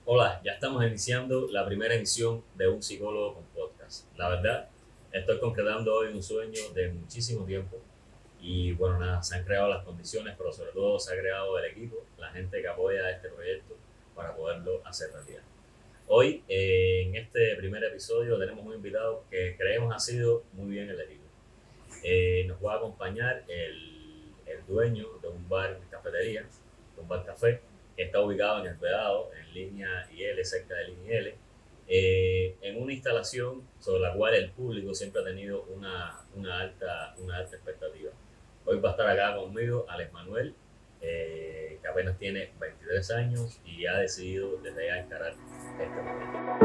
Hola, ya estamos iniciando la primera emisión de Un Psicólogo con Podcast. La verdad, estoy concretando hoy un sueño de muchísimo tiempo y bueno, nada, se han creado las condiciones, pero sobre todo se ha creado el equipo, la gente que apoya este proyecto para poderlo hacer realidad. Hoy, en este primer episodio, tenemos un invitado que creemos ha sido muy bien elegido. Nos va a acompañar el dueño de un bar cafetería, de un bar café, que está ubicado en El Vedado, en línea IL, cerca de línea L, en una instalación sobre la cual el público siempre ha tenido una alta expectativa. Hoy va a estar acá conmigo Alex Manuel, que apenas tiene 23 años y ha decidido desde ya encarar este momento.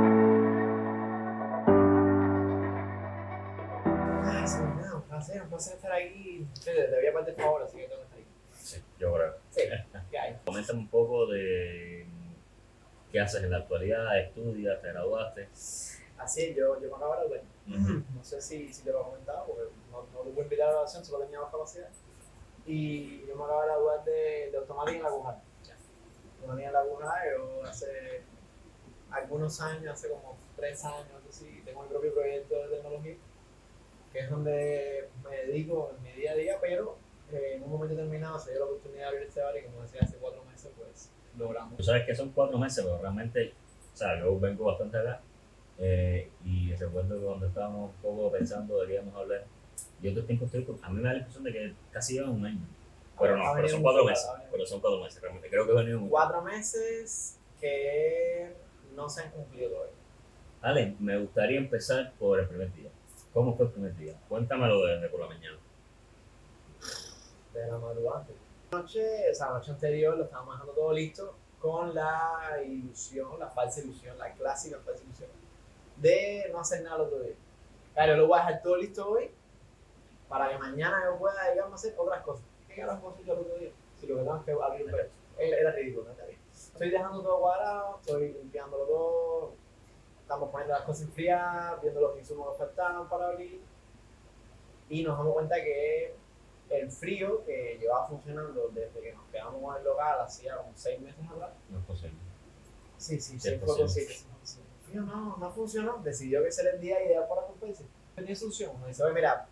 Sí, nada, un placer estar aquí. Te había parte de favor, así que tengo que estar aquí. Sí, yo creo. Sí, ¿qué hay? Coméntame un poco de qué haces en la actualidad, estudias, te graduaste. Así es, yo me acabo de graduar. Ujú. No sé si te lo he comentado, porque no lo puedo invitar a la graduación, solo tenía baja capacidad. Y yo me acabo de graduar de automática en la Gujar. Automática en la Gujar, yo hace algunos años, hace como 3 años, así, tengo mi propio proyecto de tecnología, que es donde me dedico en mi día a día, pero en un momento determinado se dio la oportunidad de abrir este bar y como decía hace 4 meses, pues logramos. Tú sabes que son 4 meses, pero realmente, o sea, yo vengo bastante acá y recuerdo que cuando estábamos un poco pensando de qué íbamos a hablar, yo todo el tiempo a mí me da la impresión de que casi llevan un año. Pero no, Ha pero venido son muy 4 meses, fuerte, ha venido pero son 4 meses realmente. Creo que he venido mucho. 4 meses que no se han cumplido todavía. Ale, me gustaría empezar por el primer día. ¿Cómo fue el primer día? Cuéntamelo desde por la mañana. De la madrugada. La noche anterior lo estábamos dejando todo listo con la ilusión, la falsa ilusión, la clásica falsa ilusión de no hacer nada el otro día. Claro, yo lo voy a dejar todo listo hoy para que mañana yo pueda, digamos, hacer otras cosas. ¿Qué carajo puedo hacer yo el otro día? Si lo que tengo es que abrir un pecho. Era ridículo, no está bien. Estoy dejando todo cuadrado, estoy limpiándolo todo, estamos poniendo las cosas enfriadas, viendo los insumos que faltaban para abrir y nos damos cuenta que el frío que llevaba funcionando desde que nos quedamos en el local hacía como 6 meses atrás. No es posible. Sí, Sí, sí, es fue posible. posible. El frío no funcionó, decidió que ese era el día ideal para romperse. Tenía solución, nos dice, oye, mira,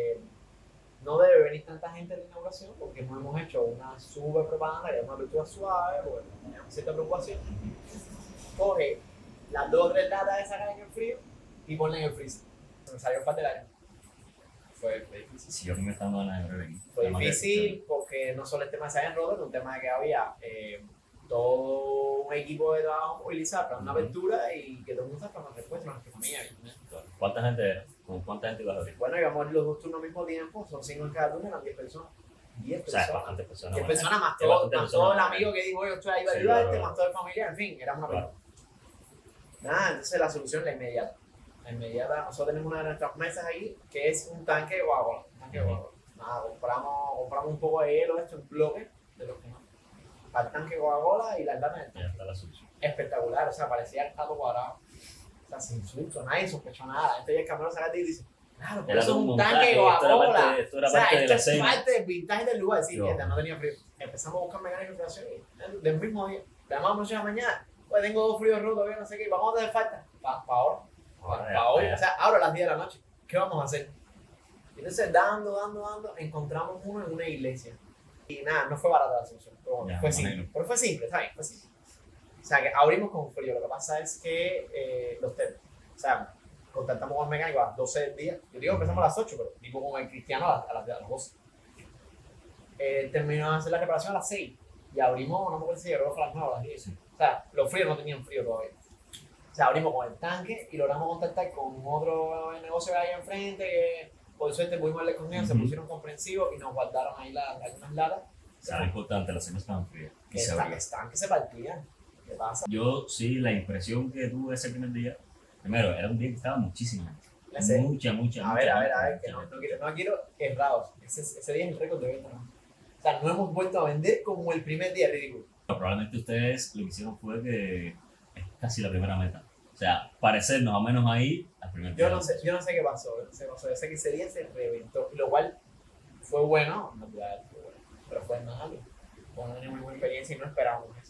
no debe venir tanta gente a la inauguración porque no hemos hecho una super propaganda, ya una apertura suave, porque tenemos cierta preocupación. Coge las 2 o 3 latas de sacar en el frío y ponla en el freezer. Me salió un parte de la fue difícil. Si yo me estaba dando ganas de beber aquí. Fue Además que- difícil porque no solo el tema de Science Roller, un tema de que había todo un equipo de trabajo movilizado para una Ujú. apertura y que todo el mundo está esperando respuesta, nuestra familia. ¿Cuánta gente era? ¿Con cuánta gente ibas a abrir? Bueno, íbamos a abrir los 2 turnos al mismo tiempo, son 5 en cada turno, eran 10 personas. 10 O sea, es personas. bastante personas. 10 bueno, personas más es todo, bastante más personas, todo el bueno. amigo que dijo, yo estoy ahí para Sí, ayudarte, claro. más todo el familiar, en fin, era una Claro. película. Nada, entonces la solución la inmediata. La inmediata, nosotros tenemos una de nuestras mesas ahí que es un tanque de Coca-Cola. Un tanque de Coca-Cola. Nada, compramos un poco de hielo esto en bloque de los que no. Para el tanque de Coca-Cola y las latas del Ya tanque. está la solución. Espectacular, o sea, parecía el tato cuadrado. O sea, sin susto, nadie sospechó nada. Entonces el camarón saca y dice, claro, pero Era eso es todo un un tanque de montaje, Coca-Cola. esto era O sea, parte de esto la es escena. parte del vintage del lugar. Sí, Yo. mierda, no tenía frío. Empezamos a buscar mecánica de inflación y del mismo día. Le llamamos a la mañana. Pues tengo 2 fríos rotos, no sé qué. Vamos a hacer falta. Para ahora. Para hoy. O sea, ahora a las 10 de la noche. ¿Qué vamos a hacer? Y entonces, dando, encontramos uno en una iglesia. Y nada, no fue barata la solución. Pero bueno, Ya, fue me simple. imagino. Pero fue simple, está bien, fue simple. O sea, que abrimos con frío. Lo que pasa es que los termos. O sea, contactamos con el mecánico a las 12 del día. Yo digo que empezamos a las 8, pero tipo con el cristiano a las 12. Terminó de hacer la reparación a las 6. Y abrimos, no me acuerdo si llegó a las 9 o a las 10. Sí. O sea, los fríos no tenían frío todavía. O sea, abrimos con el tanque y logramos contactar con otro negocio que hay enfrente que por suerte pudimos hablar con ellos, se Ujú. pusieron comprensivos y nos guardaron ahí algunas latas. O sea, lo importante, las cenas estaban frías. Y se abrió. Están que se partían. ¿Qué pasa? Yo sí, la impresión que tuve ese primer día, primero, era un día que estaba muchísima gente. La sé. Mucha. A ver, que no quiero errados. Ese día es el récord de venta, ¿no? O sea, no hemos vuelto a vender como el primer día, ridículo. Probablemente ustedes lo que hicieron fue que es casi la primera meta. O sea, parecernos al menos ahí al primer día. Yo no sé qué pasó, yo sé que ese día se reventó, lo cual fue bueno, natural, fue bueno, pero fue malo. Porque no teníamos muy buena experiencia y no esperábamos eso. O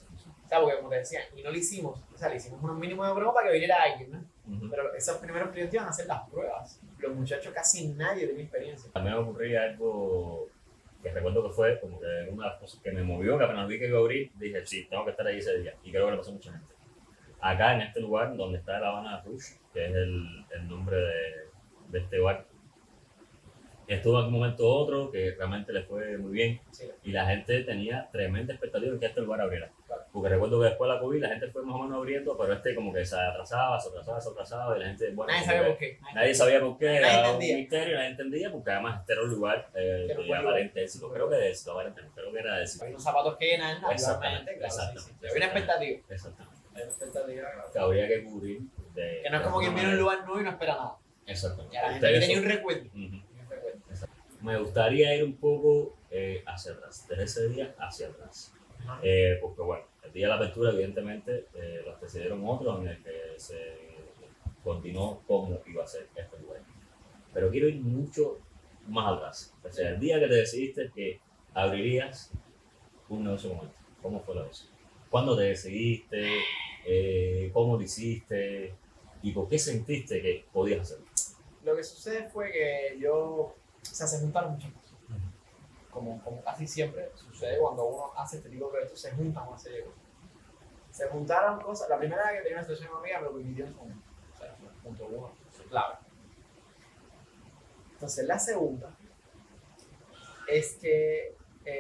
sea, porque como te decía, y no lo hicimos, o sea, le hicimos un mínimo de broma para que viniera alguien, ¿no? Ujú. Pero esos primeros clientes iban a hacer las pruebas. Los muchachos casi nadie tenía experiencia. También me ocurría algo que recuerdo que fue como que una de las cosas que me movió, que apenas vi que iba a abrir, dije, sí, tengo que estar ahí ese día. Y creo que le pasó a mucha gente. Acá, en este lugar donde está La Habana Rouge, que es el nombre de este bar, estuvo en un momento u otro que realmente le fue muy bien Sí, y la gente tenía tremenda expectativa de que este lugar abriera. claro. Porque recuerdo que después de la COVID la gente fue más o menos abriendo, pero como que se atrasaba y la gente, bueno, Nadie como sabía que por qué. nadie sabía por qué, Nadie era un entendía. misterio, nadie entendía, porque además este era un lugar Que no de fue aparente éxito. Creo que de éxito, aparente, creo que era de éxito. Había unos zapatos que llenan, Exactamente, naturalmente, claro, sí, exactamente, sí. Había una expectativa. Exactamente. Había una expectativa, claro. Que habría que cubrir. Que no es como quien viene a un lugar nuevo y no espera nada. Exactamente. Ya la gente aquí tenía un recuerdo. Ujú. Un recuerdo. Me gustaría ir un poco hacia atrás, desde ese día hacia atrás. Ajá. Porque bueno, el día de la apertura evidentemente lo antecedieron otros en el que se continuó cómo iba a ser este lugar. Pero quiero ir mucho más atrás. O sea, el día que te decidiste que abrirías un negocio como este, ¿cómo fue la cosa? ¿Cuándo te decidiste? ¿Cómo lo hiciste? ¿Y por qué sentiste que podías hacerlo? Lo que sucede fue que o sea, se juntaron muchas cosas. Como casi siempre sucede cuando uno hace este tipo de proyectos, se juntan una serie de cosas. Se juntaron cosas. La primera vez que tenía una situación con mi amiga me lo permitió en su momento. O sea, punto uno, clave. Entonces, la segunda es que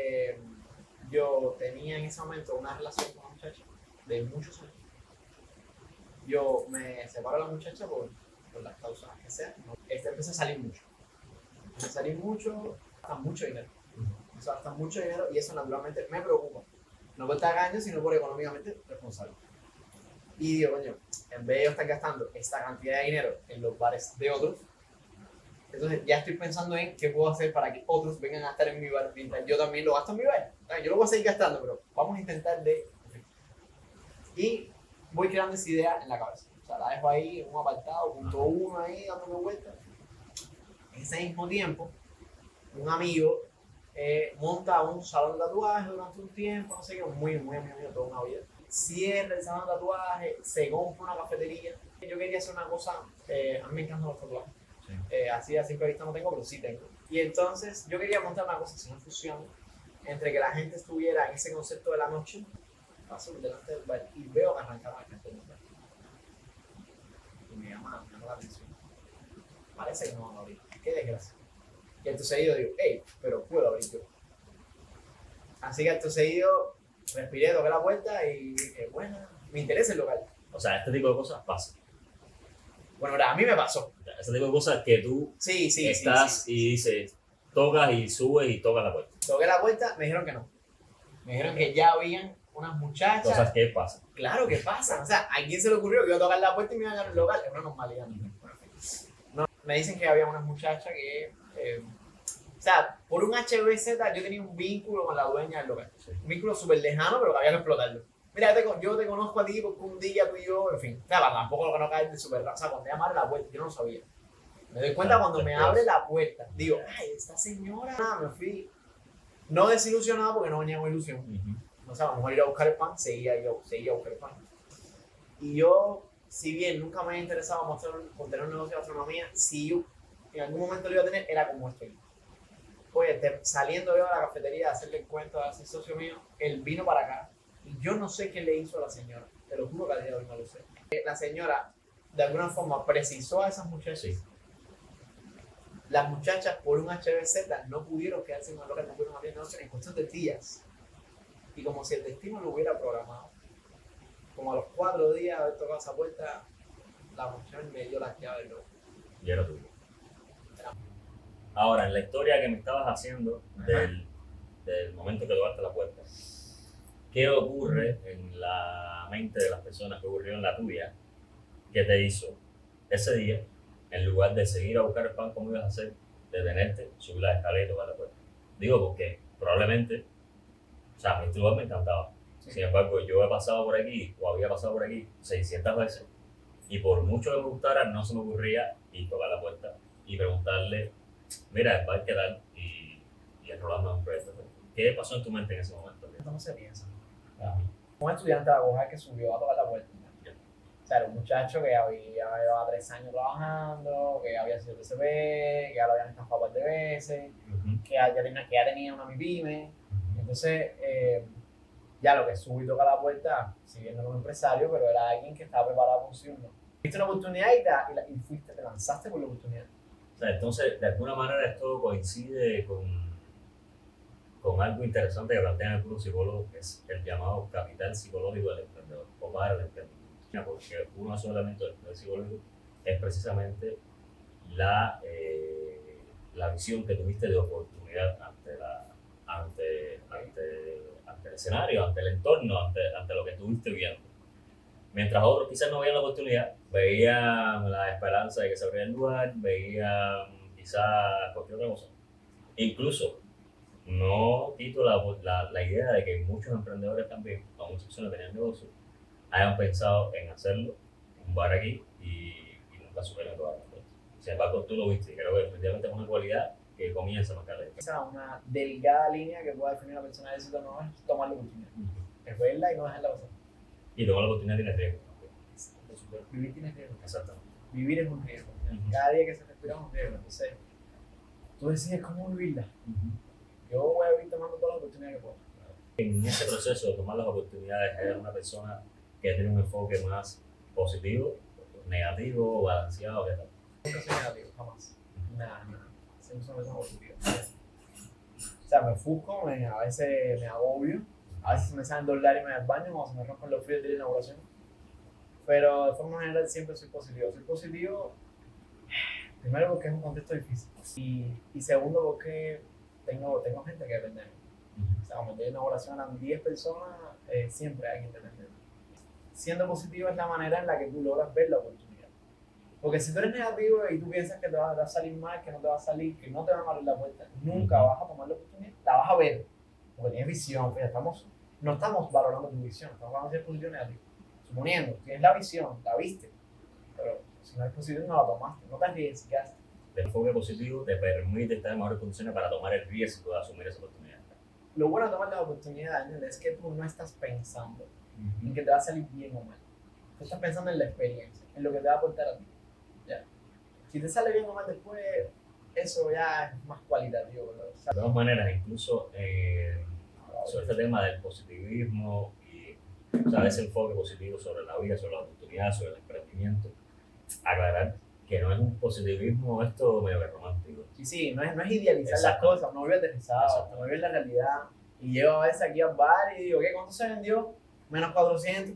yo tenía en ese momento una relación con una muchacha de muchos años. Yo me separo de la muchacha por las causas que sean. Empecé a salir mucho. Empecé a salir mucho, gasta mucho dinero. Empecé a gastar mucho dinero y eso naturalmente me preocupa. No por tacaño, sino por económicamente responsable. Y digo, coño, en vez de yo estar gastando esta cantidad de dinero en los bares de otros, entonces ya estoy pensando en qué puedo hacer para que otros vengan a estar en mi bar mientras yo también lo gasto en mi bar. Yo lo voy a seguir gastando, pero vamos a intentar de... Y voy creando esa idea en la cabeza. O sea, la dejo ahí en un apartado, punto uno ahí, dándome vueltas. En ese mismo tiempo, un amigo monta un salón de tatuaje durante un tiempo, no sé qué, muy amigo, toda una vida. Cierra el salón de tatuaje, se compra una cafetería. Yo quería hacer una cosa, a mí me encantan los tatuajes. Así a simple vista no tengo, pero sí tengo. Y entonces yo quería montar una cosa, una fusión entre que la gente estuviera en ese concepto de la noche, paso delante del bar y veo que arrancaba la gente del bar. Y me llama la atención. Parece que no van a abrir. Qué desgracia. Y entonces yo digo, hey, pero puedo abrir yo. Así que entonces yo respiré, toqué la puerta y dije, bueno, me interesa el local. O sea, este tipo de cosas pasan. Bueno, ahora, a mí me pasó. Ese tipo de cosas que tú estás y dices, tocas y subes y tocas la puerta. Toqué la puerta, me dijeron que no. Me dijeron que ya habían unas muchachas. Cosas que pasan. Claro que pasan. O sea, ¿a quién se le ocurrió que iba a tocar la puerta y me iban a dar el local? Es una normalidad. No, me dicen que había unas muchachas que... o sea, por un HBZ yo tenía un vínculo con la dueña del local. Sí. Un vínculo súper lejano, pero que había que explotarlo. Mira, yo te conozco a ti porque un día tú y yo, en fin. O sea, tampoco lo que no cae de súper raro. O sea, cuando ella me abre la puerta, yo no lo sabía. Me doy cuenta cuando me abre la puerta. Digo, ay, esta señora. Me fui no desilusionado porque no venía con ilusión. O sea, vamos a ir a buscar el pan, seguía a buscar el pan. Y yo, si bien nunca me había interesado por tener un negocio de gastronomía, si yo en algún momento lo iba a tener, era como estoy. Oye, saliendo yo a la cafetería a hacerle el cuento a ese socio mío, él vino para acá y yo no sé qué le hizo a la señora, te lo juro que a día de hoy no lo sé. La señora, de alguna forma, precisó a esas muchachas. Sí. Las muchachas, por un HBZ, no pudieron quedarse en el local, no pudieron abrir negocio en cuestión de días. Y como si el destino lo hubiera programado, como a los 4 días de haber tocado esa puerta, la muchacha me dio las llaves del local. Y era tuyo. Ahora, en la historia que me estabas haciendo del momento que tocaste la puerta, ¿qué ocurre en la mente de las personas que ocurrió en la tuya que te hizo ese día, en lugar de seguir a buscar el pan como ibas a hacer, detenerte, subir la escalera y tocar la puerta? Digo porque probablemente, o sea, a mí este lugar me encantaba. Sí. Sin embargo, yo he pasado por aquí, o había pasado por aquí 600 veces, y por mucho que me gustara, no se me ocurría ir tocar la puerta y preguntarle, mira, va a quedar y enrolarme en un proyecto. ¿Qué pasó en tu mente en ese momento? ¿Cómo se piensa? un estudiante de la UJA que subió a tocar la puerta. O sea, era un muchacho que había llevado 3 años trabajando, que había sido TCP, que ya lo habían estafado un par de veces, que ya tenía una MIPYME. Entonces, ya lo que sube y toca la puerta, si bien no era un empresario, pero era alguien que estaba preparado para un sí o no. Viste una oportunidad y fuiste, te lanzaste por la oportunidad. O sea, entonces, de alguna manera esto coincide con algo interesante que plantean algunos psicólogos, que es el llamado capital psicológico del emprendedor, o para el emprendimiento. Porque uno de esos elementos del capital psicológico es precisamente la visión que tuviste de oportunidad ante el escenario, ante el entorno, ante lo que estuviste viendo. Mientras otros quizás no veían la oportunidad, veían la esperanza de que se abriera el lugar, veían quizás cualquier otra cosa. Incluso, no quito la idea de que muchos emprendedores también, o muchas personas que tenían negocio, hayan pensado en hacerlo, un bar aquí y nunca supieron todas las cosas. Sin embargo, tú lo viste y creo que definitivamente es una cualidad que comienza a marcar la diferencia. Esa es una delgada línea que puede definir a una persona de éxito, no es tomar la oportunidad. Es verla y no dejarla pasar. Y tomar la oportunidad tiene riesgo. Vivir tiene riesgo. Exactamente. Vivir es un riesgo. Cada día que se respira es un riesgo. Entonces, tú decides cómo vivirla. Yo voy a vivir tomando todas las oportunidades que puedo. En ese proceso de tomar las oportunidades, ¿eres una persona que tiene un enfoque más positivo, negativo, balanceado? ¿Qué tal? Nunca soy negativo, jamás. Nada. Siempre soy una persona positiva. O sea, me ofusco, a veces me agobio, a veces me salen $2 y me da el baño cuando se me rompen los fríos de la inauguración. Pero de forma general siempre soy positivo. Soy positivo, primero porque es un contexto difícil. Y segundo porque tengo gente que depende de mí. O sea, cuando estoy en inauguración eran 10 personas, siempre hay alguien que depende de mí. Siendo positivo es la manera en la que tú logras ver la oportunidad. Porque si tú eres negativo y tú piensas que te va a salir mal, que no te va a salir, que no te van a abrir la puerta, nunca vas a tomar la oportunidad, la vas a ver. Porque tienes visión, pues no estamos valorando tu visión, estamos hablando de si es positivo o negativo. Suponiendo, tienes la visión, la viste, pero si no es positivo no la tomaste, no te arriesgaste. El enfoque positivo te permite estar en mejores condiciones para tomar el riesgo de asumir esa oportunidad. Lo bueno de tomar las oportunidades es que tú no estás pensando en que te va a salir bien o mal. Tú estás pensando en la experiencia, en lo que te va a aportar a ti. ¿Ya? Si te sale bien o mal después, eso ya es más cualitativo. ¿No? O sea, de todas maneras, incluso sobre este tema del positivismo y ese enfoque positivo sobre la vida, sobre la oportunidad, sobre el emprendimiento, aclarar que no es un positivismo esto medio romántico. Sí, no es idealizar las cosas, no vive aterrizado, no vive la realidad. Y llego a veces aquí al bar y digo, ¿qué? ¿Cuánto se vendió? Menos 400.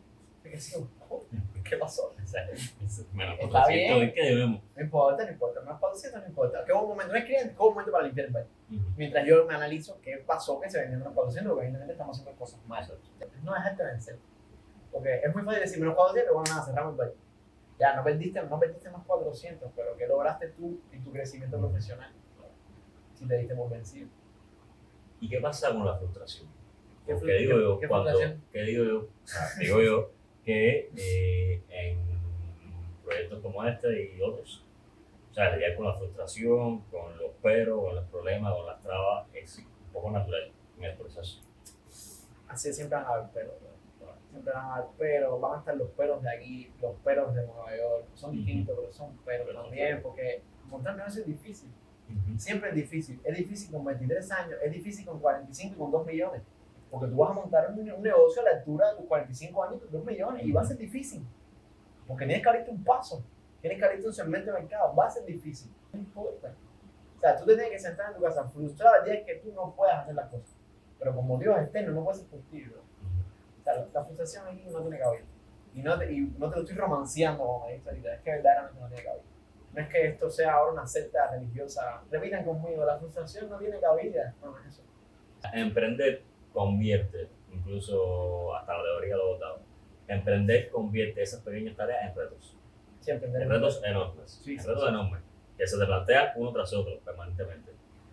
¿Qué pasó? Menos Está bien. ¿Qué debemos? No importa, menos 400 no importa. ¿Qué un momento? No es cliente, ¿qué un momento para limpiar el bar? Mientras yo me analizo qué pasó que se vendió menos 400, porque evidentemente estamos haciendo cosas mal. No dejarte vencer. Porque es muy fácil decir menos 400, bueno, nada, cerramos el bar. Ya, no perdiste más 400, pero ¿qué lograste tú en tu crecimiento profesional? Si te diste por vencido. ¿Y qué pasa con la frustración? ¿Qué digo yo? frustración? ¿Qué digo yo? Digo yo que en proyectos como este y otros, o sea, lidiar con la frustración, con los peros, con los problemas, con las trabas, es un poco natural en el proceso. Así siempre van a haber peros. Siempre van a haber peros, van a estar los peros de aquí, los peros de Nueva York, son distintos, pero son peros también, porque montar negocio es difícil. Siempre es difícil con 23 años, es difícil con 45 y con 2 millones, porque tú vas a montar un negocio a la altura de tus 45 años con 2 millones y va a ser difícil, porque tienes que abrirte un paso, tienes que abrirte un segmento de mercado, va a ser difícil, no importa. O sea, tú te tienes que sentar en tu casa frustrado el día que tú no puedas hacer las cosas, pero con motivos externos no puedes ser positivo. O sea, la frustración aquí no tiene cabida, y no te lo estoy romanceando como me dices ahorita, es que verdaderamente no tiene cabida. No es que esto sea ahora una secta religiosa. Repitan conmigo, la frustración no tiene cabida. No es eso. Emprender convierte, incluso hasta la teoría lo he votado, emprender convierte esas pequeñas tareas en retos. Sí, emprender en retos enormes. Sí, retos enormes. Que se te plantean uno tras otro permanentemente.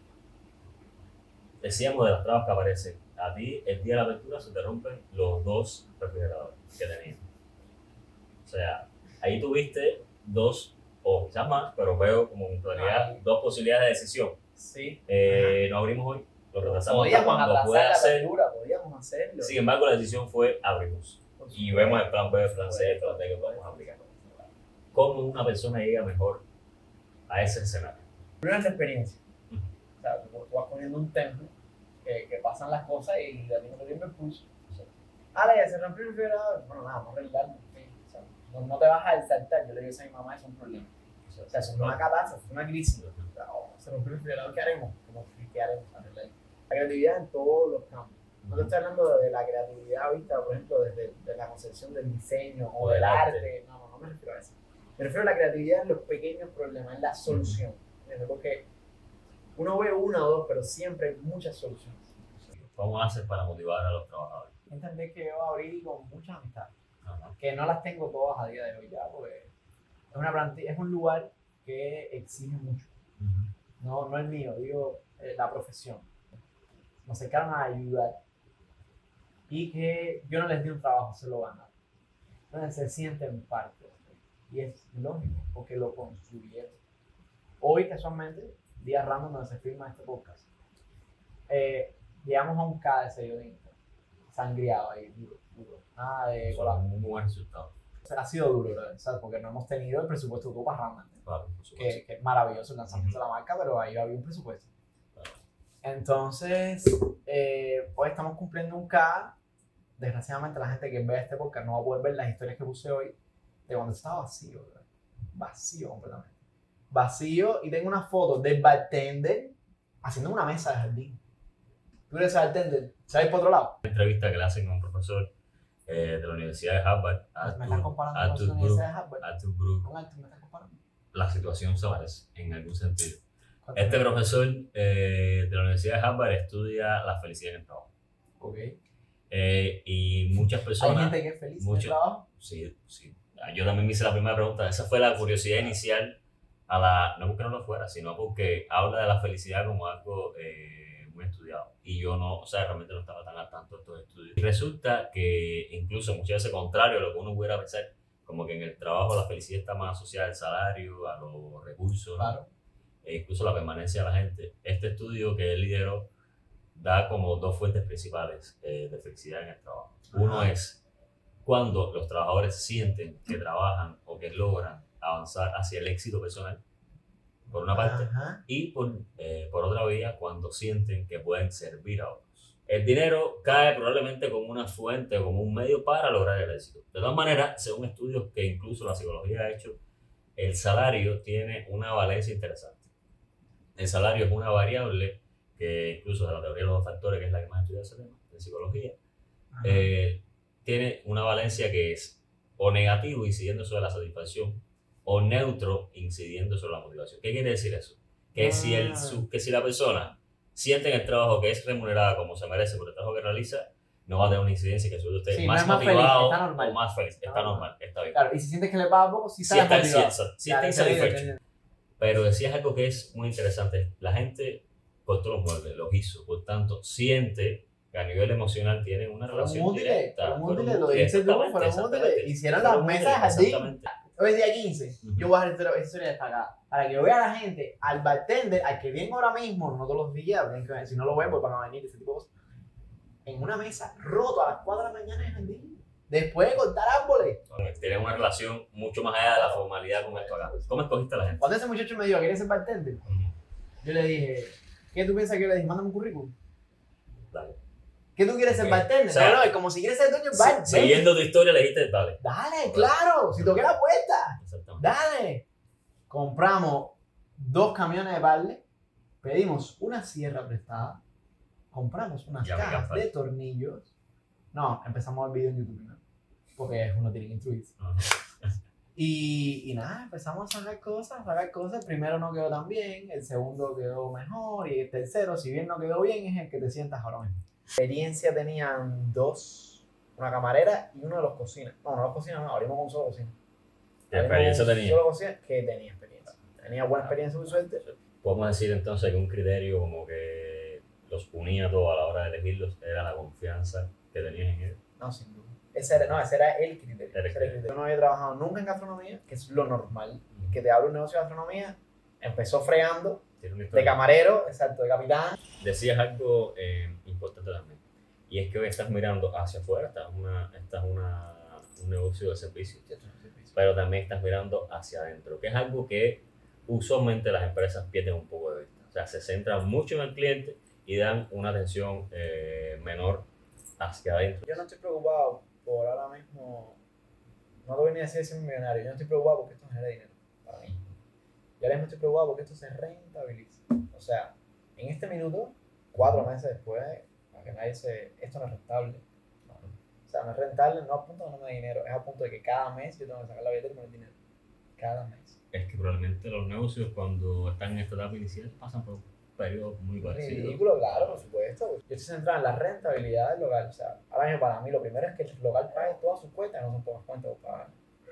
Decíamos de las trabas que aparecen. A ti, el día de la apertura, se te rompen los 2 refrigeradores que tenías. O sea, ahí tuviste 2 o quizás más, pero veo como en realidad 2 posibilidades de decisión. Sí. No abrimos hoy, lo retrasamos Podíamos hasta cuando pueda atrasar la hacer. apertura, podíamos hacerlo. Sin embargo, la decisión fue abrimos. Por Y supuesto. vemos el plan B, el plan C, el plan D que podemos aplicar. ¿Cómo una persona llega mejor a ese escenario? Primero es la experiencia. O sea, tú vas poniendo un tempo que pasan las cosas y al mismo tiempo impulso. Ahora ya se rompió el refrigerador. Bueno, nada, vamos a arreglarlo. O sea, no te vas a saltar. Yo le digo a mi mamá, eso es un problema. O sea, eso es una catástrofe, es una crisis. O sea, se rompió el refrigerador, ¿qué haremos? ¿Qué haremos? Arreglar. La creatividad en todos los campos. No te estoy hablando de la creatividad vista, por ejemplo, desde la concepción del diseño o del arte. No me refiero a eso. Me refiero a la creatividad en los pequeños problemas, en la solución. Porque uno ve una o dos, pero siempre hay muchas soluciones. ¿Cómo haces para motivar a los trabajadores? Entender que yo abrí con muchas amistades, Ajá. que no las tengo todas a día de hoy ya, porque es un lugar que exige mucho. No el mío, digo la profesión. Nos acercaron a ayudar y que yo no les di un trabajo, se lo ganaron. Entonces se sienten parte. Y es lógico, porque lo construyeron. Hoy, casualmente, día random donde se firma este podcast, llegamos a un K de sello de Instagram. Sangriado ahí, duro. Nada de Son colapso. un muy buen resultado. Ha sido duro, ¿sabes? Porque no hemos tenido el presupuesto que tuvo para Random, Claro, por supuesto. que es maravilloso el lanzamiento de la marca, pero ahí había un presupuesto. Claro. Entonces, hoy estamos cumpliendo un K. Desgraciadamente, la gente que ve este podcast no va a poder ver las historias que puse hoy de cuando estaba vacío, ¿verdad? Vacío completamente. Vacío, y tengo una foto del bartender haciendo una mesa de jardín. Tú eres bartender, ¿sabes por otro lado? Una entrevista que le hacen a un profesor de la Universidad de Harvard, Me estás comparando con la Universidad de Harvard. Arthur Brooke. Con Arthur me estás comparando. La situación se parece en algún sentido. Este profesor de la Universidad de Harvard estudia la felicidad en el trabajo. Ok. Y muchas Hay personas... gente que es feliz en el trabajo. Sí. Yo también me hice la primera pregunta. Esa fue la curiosidad inicial, no porque no lo fuera, sino porque habla de la felicidad como algo muy estudiado. Y yo realmente no estaba tan al tanto de estos estudios. Y resulta que incluso muchas veces contrario a lo que uno pudiera pensar, como que en el trabajo la felicidad está más asociada al salario, a los recursos, ¿no? Claro. E incluso la permanencia de la gente. Este estudio que él lideró da como dos fuentes principales de felicidad en el trabajo. Uno es cuando los trabajadores sienten que trabajan o que logran avanzar hacia el éxito personal, por una parte, y por otra vía, cuando sienten que pueden servir a otros. El dinero cae probablemente como una fuente o como un medio para lograr el éxito. De todas maneras, según estudios que incluso la psicología ha hecho, el salario tiene una valencia interesante. El salario es una variable que incluso de la teoría de los dos factores, que es la que más estudia ese tema, de psicología, tiene una valencia que es o negativo incidiendo sobre la satisfacción o neutro incidiendo sobre la motivación. ¿Qué quiere decir eso? Que si la persona siente en el trabajo que es remunerada como se merece por el trabajo que realiza, no va a tener una incidencia que suele usted más motivado o más feliz. Está normal, está bien. Claro, y si sientes que le paga poco, si está insatisfecho. Pero decías algo que es muy interesante. La gente cortó los muebles, los hizo, por tanto, siente que a nivel emocional tienen una relación directa. Lo dices tú, fueron útiles. Hicieron las mesas de jardín. Hoy es día 15, yo voy a hacer esta historia destacada. Para que vea a la gente, al bartender, al que viene ahora mismo, no todos los días, si no lo ven, pues van a venir ese tipo de cosas. En una mesa, roto a las 4 de la mañana en jardín. Después de cortar árboles. Tienen una relación mucho más allá de la formalidad con esto acá. ¿Cómo escogiste a la gente? Cuando ese muchacho me dijo, ¿quieres ser bartender? Yo le dije, ¿qué tú piensas que le dije? Mándame un currículum. Dale. ¿Qué tú quieres ser bartender? O sea, no, como si quieres ser dueño del bar. Siguiendo tu historia, le dijiste, dale. Dale, claro, si toqué la puerta. Exactamente. Dale. Compramos 2 camiones de balde, pedimos una sierra prestada, compramos unas cajas de tornillos. No, empezamos el video en YouTube primero, porque uno tiene que instruirse. Y nada, empezamos a sacar cosas. El primero no quedó tan bien, el segundo quedó mejor y el tercero, si bien no quedó bien, es el que te sientas ahora mismo. Experiencia tenían 2, una camarera y uno de los cocinas. No, los cocinas no, abrimos con solo cocina. ¿Qué experiencia tenía? Solo cocina, que tenía experiencia. Tenía buena experiencia, muy suerte. Podemos decir entonces que un criterio como que los unía todo a la hora de elegirlos era la confianza que tenías en ellos. No, sin duda. Ese era el criterio. Yo no había trabajado nunca en gastronomía, que es lo normal. Que te abre un negocio de gastronomía, empezó fregando Tiene una De historia. camarero, exacto, de capitán. Decías algo importante también, y es que hoy estás mirando hacia afuera, un negocio de servicio, pero también estás mirando hacia adentro, que es algo que usualmente las empresas pierden un poco de vista. O sea, se centran mucho en el cliente y dan una atención menor hacia adentro. Yo no estoy preocupado por ahora mismo, no te voy ni a decir ser millonario, yo no estoy preocupado porque esto genere dinero para mí. Yo ahora mismo estoy preocupado porque esto se rentabilice. O sea, en este minuto, 4 meses después, para que nadie esto no es rentable. O sea, no es rentable no a punto de no me dé dinero, es a punto de que cada mes yo tengo que sacar la billetera y poner dinero. Cada mes. Es que probablemente los negocios cuando están en esta etapa inicial pasan por un periodo muy parecido. Ridículo, claro, por supuesto. Yo estoy centrado en la rentabilidad del local. O sea, ahora mismo para mí lo primero es que el local pague todas sus cuentas, no son pocas cuentas por pagar.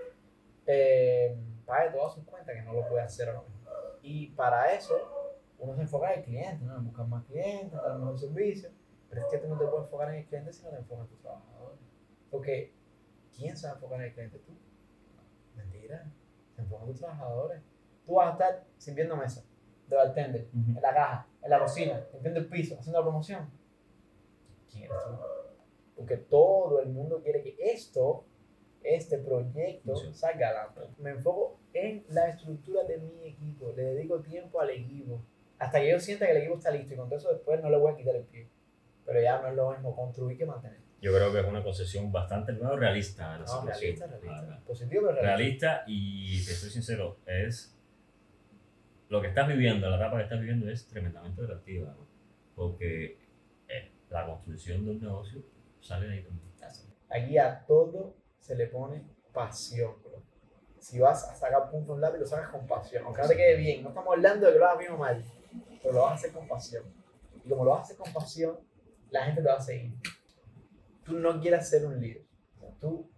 Pague todas sus cuentas, que no lo puede hacer ahora mismo. Y para eso, uno se enfoca en el cliente, ¿no? En buscar más clientes, dar mejor servicio. Pero es que tú no te puedes enfocar en el cliente si no te enfocas en tus trabajadores. Porque, ¿quién se va a enfocar en el cliente? ¿Tú? Mentira. Se enfocan en tus trabajadores. Tú vas a estar sirviendo mesa, de bartender, en la caja, en la cocina, limpiando el piso, haciendo la promoción. ¿Quién eres tú? Porque todo el mundo quiere que este proyecto salga adelante. Me enfoco en la estructura de mi equipo, le dedico tiempo al equipo, hasta que yo sienta que el equipo está listo y con todo eso después no le voy a quitar el pie. Pero ya no es lo mismo construir que mantener. Yo creo que es una concepción bastante realista de la situación. Realista. Positivo, pero realista. Y te soy sincero, es lo que estás viviendo, la etapa que estás viviendo es tremendamente atractiva, ¿no? Porque la construcción de un negocio sale de ahí también. Aquí a todo se le pone pasión, bro. Si vas a sacar punto un lápiz, lo sacas con pasión, aunque no te quede bien. No estamos hablando de que lo hagas bien o mal, pero lo vas a hacer con pasión. Y como lo vas a hacer con pasión, la gente lo va a seguir. Tú no quieres ser un líder, tú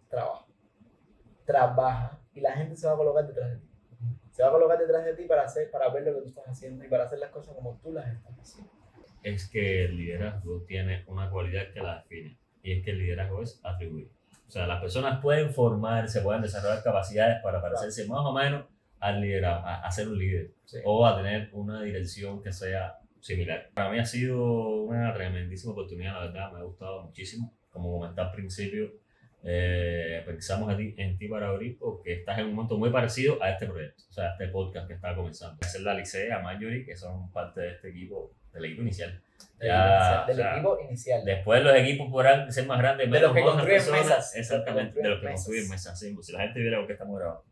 trabaja y la gente se va a colocar detrás de ti. Se va a colocar detrás de ti para ver lo que tú estás haciendo y para hacer las cosas como tú las estás haciendo. Es que el liderazgo tiene una cualidad que la define, y es que el liderazgo es atribuir. O sea, las personas pueden formarse, pueden desarrollar capacidades para parecerse más o menos al liderazgo, a ser un líder, sí, o a tener una dirección que sea similar. Para mí ha sido una tremendísima oportunidad, la verdad, me ha gustado muchísimo. Como comenté al principio, pensamos en ti para abrir porque estás en un momento muy parecido a este proyecto, o sea, a este podcast que está comenzando. Es la Licea, Marjorie, que son parte de este equipo, del equipo inicial. Equipo inicial. Después los equipos podrán ser más grandes, de los que construyen personas, mesas. exactamente, de los que construyen mesas. Sí, pues si la gente viera lo que estamos grabando.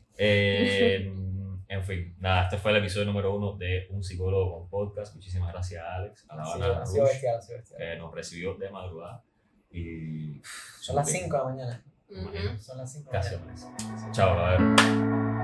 En fin, nada, este fue el episodio número 1 de Un Psicólogo con Podcast. Muchísimas gracias a Alex, a La Habana Rush, que nos recibió de madrugada. Y son las 5 de la mañana. Imagino. Son las 5 de la mañana. Chao, a ver.